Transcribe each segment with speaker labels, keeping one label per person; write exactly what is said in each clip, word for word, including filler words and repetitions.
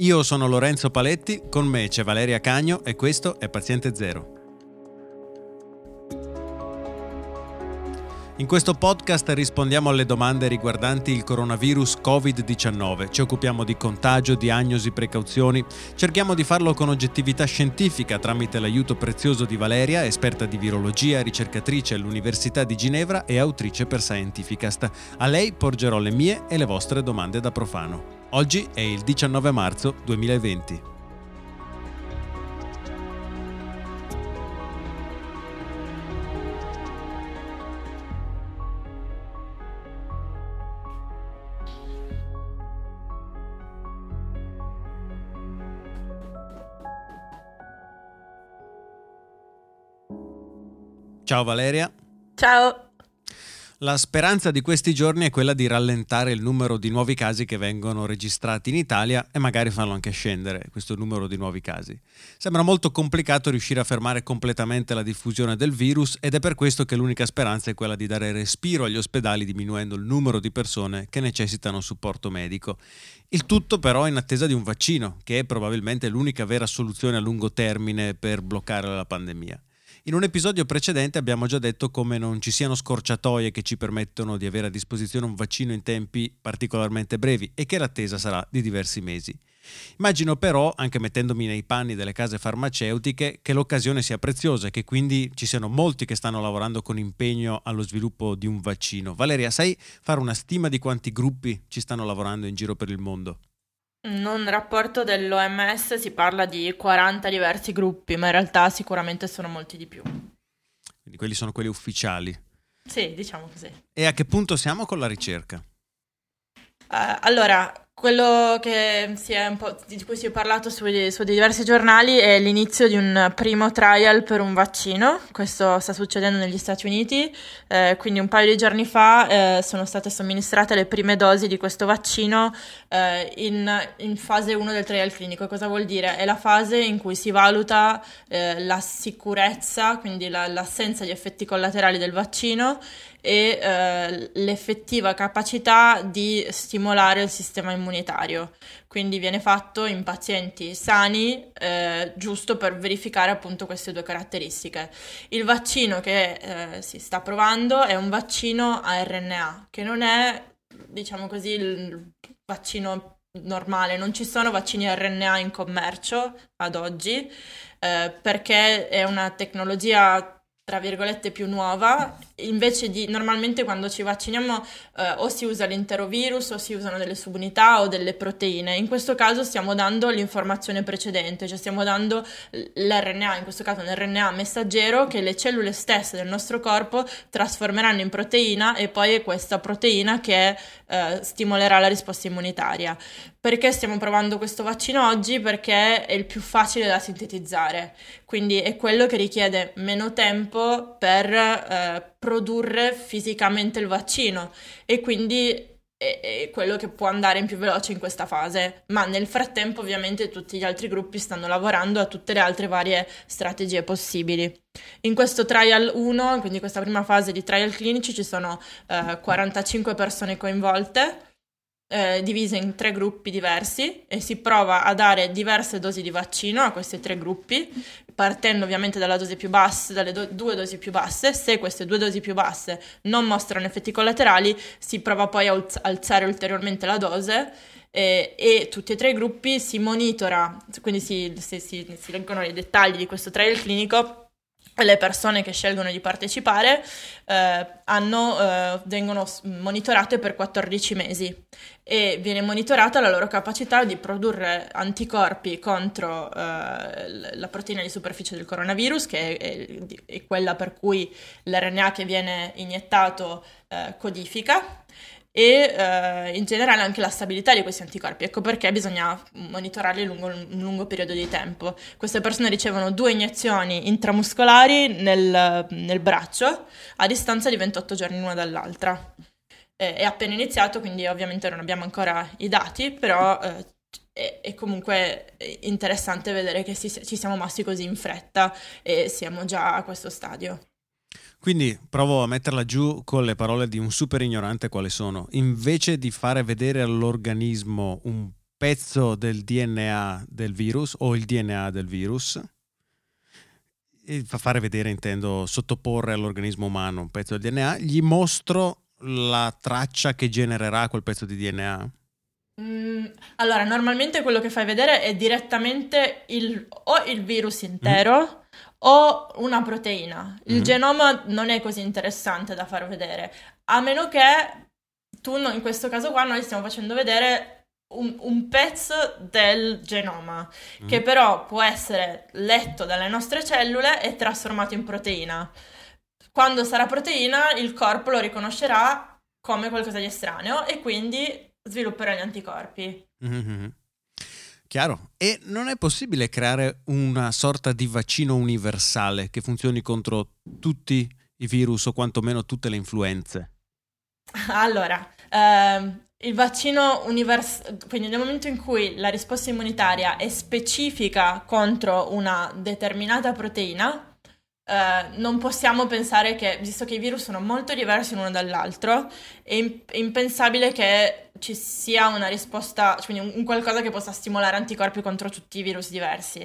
Speaker 1: Io sono Lorenzo Paletti, con me c'è Valeria Cagno e questo è Paziente Zero. In questo podcast rispondiamo alle domande riguardanti il coronavirus covid diciannove. Ci occupiamo di contagio, diagnosi, precauzioni. Cerchiamo di farlo con oggettività scientifica tramite l'aiuto prezioso di Valeria, esperta di virologia, ricercatrice all'Università di Ginevra e autrice per Scientificast. A lei porgerò le mie e le vostre domande da profano. Oggi è il diciannove marzo duemilaventi. Ciao Valeria.
Speaker 2: Ciao.
Speaker 1: La speranza di questi giorni è quella di rallentare il numero di nuovi casi che vengono registrati in Italia e magari farlo anche scendere, questo numero di nuovi casi. Sembra molto complicato riuscire a fermare completamente la diffusione del virus ed è per questo che l'unica speranza è quella di dare respiro agli ospedali diminuendo il numero di persone che necessitano supporto medico. Il tutto però in attesa di un vaccino, che è probabilmente l'unica vera soluzione a lungo termine per bloccare la pandemia. In un episodio precedente abbiamo già detto come non ci siano scorciatoie che ci permettono di avere a disposizione un vaccino in tempi particolarmente brevi e che l'attesa sarà di diversi mesi. Immagino però, anche mettendomi nei panni delle case farmaceutiche, che l'occasione sia preziosa e che quindi ci siano molti che stanno lavorando con impegno allo sviluppo di un vaccino. Valeria, sai fare una stima di quanti gruppi ci stanno lavorando in giro per il mondo?
Speaker 2: In un rapporto dell'O M S si parla di quaranta diversi gruppi, ma in realtà sicuramente sono molti di più.
Speaker 1: Quindi quelli sono quelli ufficiali.
Speaker 2: Sì, diciamo così.
Speaker 1: E a che punto siamo con la ricerca?
Speaker 2: Uh, allora, quello che si è un po', di cui si è parlato sui, su diversi giornali è l'inizio di un primo trial per un vaccino. Questo sta succedendo negli Stati Uniti, eh, quindi un paio di giorni fa eh, sono state somministrate le prime dosi di questo vaccino eh, in, in fase uno del trial clinico. Cosa vuol dire? È la fase in cui si valuta eh, la sicurezza, quindi la, l'assenza di effetti collaterali del vaccino e eh, l'effettiva capacità di stimolare il sistema immunitario. Quindi viene fatto in pazienti sani, eh, giusto per verificare appunto queste due caratteristiche. Il vaccino che eh, si sta provando è un vaccino a R N A, che non è, diciamo così, il vaccino normale. Non ci sono vaccini a R N A in commercio ad oggi, eh, perché è una tecnologia tra virgolette più nuova. Invece di normalmente quando ci vacciniamo eh, o si usa l'intero virus o si usano delle subunità o delle proteine. In questo caso stiamo dando l'informazione precedente, cioè stiamo dando l'R N A, in questo caso un R N A messaggero che le cellule stesse del nostro corpo trasformeranno in proteina e poi è questa proteina che eh, stimolerà la risposta immunitaria. Perché stiamo provando questo vaccino oggi? Perché è il più facile da sintetizzare, quindi è quello che richiede meno tempo per eh, produrre fisicamente il vaccino e quindi è, è quello che può andare in più veloce in questa fase, ma nel frattempo ovviamente tutti gli altri gruppi stanno lavorando a tutte le altre varie strategie possibili. In questo trial uno, quindi questa prima fase di trial clinici, ci sono eh, quarantacinque persone coinvolte, Eh, divise in tre gruppi diversi e si prova a dare diverse dosi di vaccino a questi tre gruppi, partendo ovviamente dalla dose più bassa, dalle do- due dosi più basse. Se queste due dosi più basse non mostrano effetti collaterali, si prova poi a alz- alzare ulteriormente la dose eh, e tutti e tre i gruppi si monitora, quindi si, si, si, si leggono i dettagli di questo trial clinico. Le persone che scelgono di partecipare eh, hanno, eh, vengono monitorate per quattordici mesi e viene monitorata la loro capacità di produrre anticorpi contro eh, la proteina di superficie del coronavirus, che è, è, è quella per cui l'R N A che viene iniettato eh, codifica, e eh, in generale anche la stabilità di questi anticorpi. Ecco perché bisogna monitorarli lungo un lungo periodo di tempo. Queste persone ricevono due iniezioni intramuscolari nel, nel braccio a distanza di ventotto giorni l'una dall'altra. Eh, è appena iniziato, quindi ovviamente non abbiamo ancora i dati, però eh, è, è comunque interessante vedere che si, ci siamo mossi così in fretta e siamo già a questo stadio.
Speaker 1: Quindi provo a metterla giù con le parole di un super ignorante quali sono. Invece di fare vedere all'organismo un pezzo del D N A del virus o il D N A del virus, e fa fare vedere, intendo sottoporre all'organismo umano un pezzo del D N A, gli mostro la traccia che genererà quel pezzo di D N A?
Speaker 2: Mm, allora, normalmente quello che fai vedere è direttamente il, o il virus intero mm. o una proteina. Il mm. genoma non è così interessante da far vedere, a meno che tu, no, in questo caso qua, noi stiamo facendo vedere Un, un pezzo del genoma mm. che però può essere letto dalle nostre cellule e trasformato in proteina. Quando sarà proteina, il corpo lo riconoscerà come qualcosa di estraneo e quindi svilupperà gli anticorpi.
Speaker 1: Mm-hmm. Chiaro. E non è possibile creare una sorta di vaccino universale che funzioni contro tutti i virus o quantomeno tutte le influenze?
Speaker 2: Allora, ehm, il vaccino universale, quindi nel momento in cui la risposta immunitaria è specifica contro una determinata proteina, eh, non possiamo pensare che, visto che i virus sono molto diversi l'uno dall'altro, è, imp- è impensabile che ci sia una risposta, quindi un, un qualcosa che possa stimolare anticorpi contro tutti i virus diversi,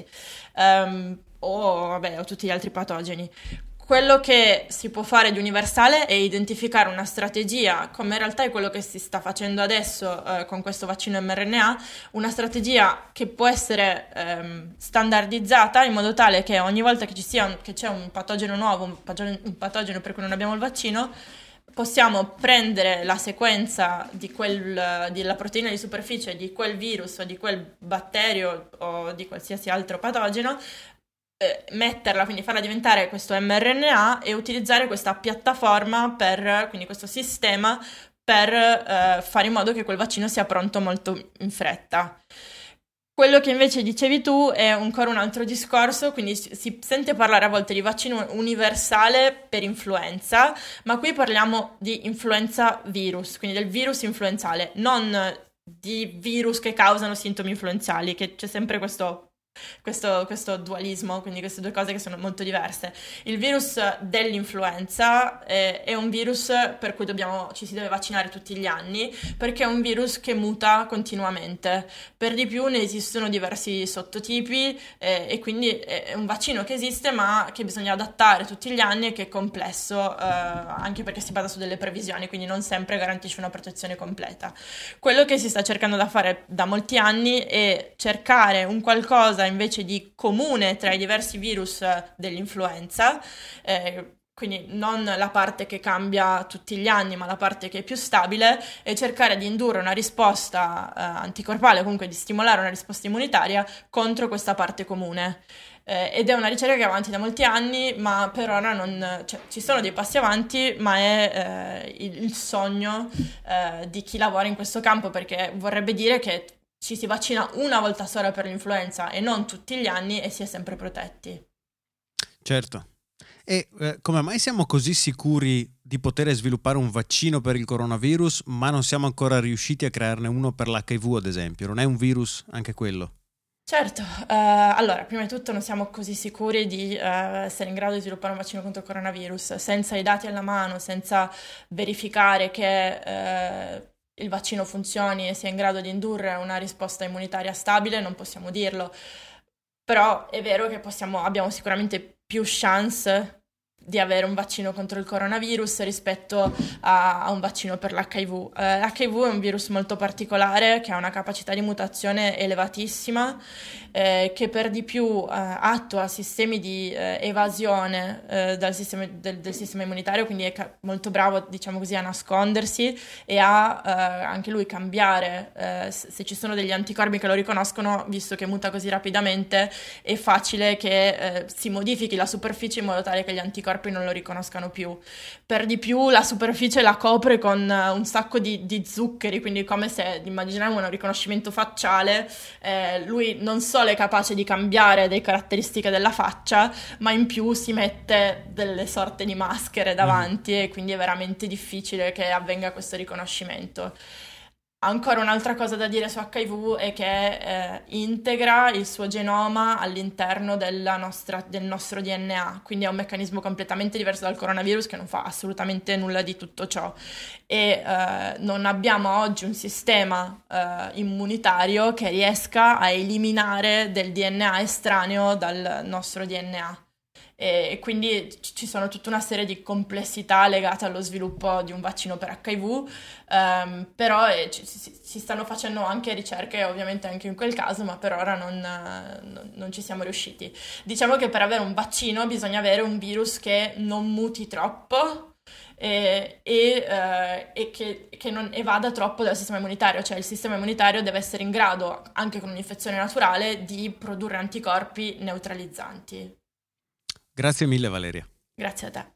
Speaker 2: um, o, vabbè, o tutti gli altri patogeni. Quello che si può fare di universale è identificare una strategia, come in realtà è quello che si sta facendo adesso eh, con questo vaccino mRNA, una strategia che può essere ehm, standardizzata in modo tale che ogni volta che ci sia un, che c'è un patogeno nuovo, un patogeno, un patogeno per cui non abbiamo il vaccino, possiamo prendere la sequenza di quel, della proteina di superficie di quel virus o di quel batterio o di qualsiasi altro patogeno, metterla, quindi farla diventare questo mRNA e utilizzare questa piattaforma per, quindi questo sistema per eh, fare in modo che quel vaccino sia pronto molto in fretta. Quello che invece dicevi tu è ancora un altro discorso, quindi si sente parlare a volte di vaccino universale per influenza, ma qui parliamo di influenza virus, quindi del virus influenzale, non di virus che causano sintomi influenzali, che c'è sempre questo Questo, questo dualismo, quindi queste due cose che sono molto diverse. Il virus dell'influenza è, è un virus per cui dobbiamo, ci si deve vaccinare tutti gli anni, perché è un virus che muta continuamente. Per di più ne esistono diversi sottotipi eh, e quindi è un vaccino che esiste ma che bisogna adattare tutti gli anni e che è complesso eh, anche perché si basa su delle previsioni, quindi non sempre garantisce una protezione completa. Quello che si sta cercando da fare da molti anni è cercare un qualcosa invece di comune tra i diversi virus dell'influenza, eh, quindi non la parte che cambia tutti gli anni, ma la parte che è più stabile, e cercare di indurre una risposta eh, anticorpale, comunque di stimolare una risposta immunitaria contro questa parte comune. Eh, ed è una ricerca che è avanti da molti anni, ma per ora non, cioè, ci sono dei passi avanti, ma è eh, il, il sogno eh, di chi lavora in questo campo, perché vorrebbe dire che ci si vaccina una volta sola per l'influenza e non tutti gli anni e si è sempre protetti.
Speaker 1: Certo. E eh, come mai siamo così sicuri di poter sviluppare un vaccino per il coronavirus, ma non siamo ancora riusciti a crearne uno per l'H I V, ad esempio? Non è un virus anche quello?
Speaker 2: Certo, uh, allora, prima di tutto non siamo così sicuri di uh, essere in grado di sviluppare un vaccino contro il coronavirus. Senza i dati alla mano, senza verificare che... Uh, il vaccino funzioni e sia in grado di indurre una risposta immunitaria stabile, non possiamo dirlo. Però è vero che possiamo, abbiamo sicuramente più chance di avere un vaccino contro il coronavirus rispetto a, a un vaccino per l'H I V. Eh, L'H I V è un virus molto particolare che ha una capacità di mutazione elevatissima, eh, che per di più eh, attua sistemi di eh, evasione eh, dal sistema, del, del sistema immunitario, quindi è ca- molto bravo, diciamo così, a nascondersi e a eh, anche lui cambiare. Eh, se ci sono degli anticorpi che lo riconoscono, visto che muta così rapidamente, è facile che eh, si modifichi la superficie in modo tale che gli anticorpi non lo riconoscano più. Per di più la superficie la copre con uh, un sacco di, di zuccheri, quindi come se immaginiamo un riconoscimento facciale. Eh, lui non solo è capace di cambiare le caratteristiche della faccia, ma in più si mette delle sorte di maschere davanti mm. e quindi è veramente difficile che avvenga questo riconoscimento. Ancora un'altra cosa da dire su acca i vu è che eh, integra il suo genoma all'interno della nostra, del nostro D N A, quindi è un meccanismo completamente diverso dal coronavirus che non fa assolutamente nulla di tutto ciò e eh, non abbiamo oggi un sistema eh, immunitario che riesca a eliminare del D N A estraneo dal nostro D N A. E quindi ci sono tutta una serie di complessità legate allo sviluppo di un vaccino per acca i vu, um, però eh, ci, si, si stanno facendo anche ricerche ovviamente anche in quel caso, ma per ora non, non, non ci siamo riusciti. Diciamo che per avere un vaccino bisogna avere un virus che non muti troppo e, e, uh, e che, che non evada troppo dal sistema immunitario, cioè il sistema immunitario deve essere in grado, anche con un'infezione naturale, di produrre anticorpi neutralizzanti.
Speaker 1: Grazie mille Valeria.
Speaker 2: Grazie a te.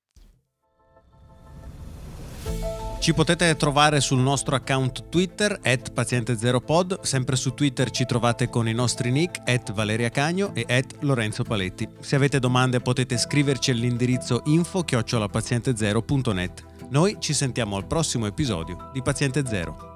Speaker 1: Ci potete trovare sul nostro account Twitter at paziente zero pod, sempre su Twitter ci trovate con i nostri nick at Valeria Cagno e at Lorenzo Paletti. Se avete domande potete scriverci all'indirizzo info chiocciola paziente zero punto net. Noi ci sentiamo al prossimo episodio di Paziente Zero.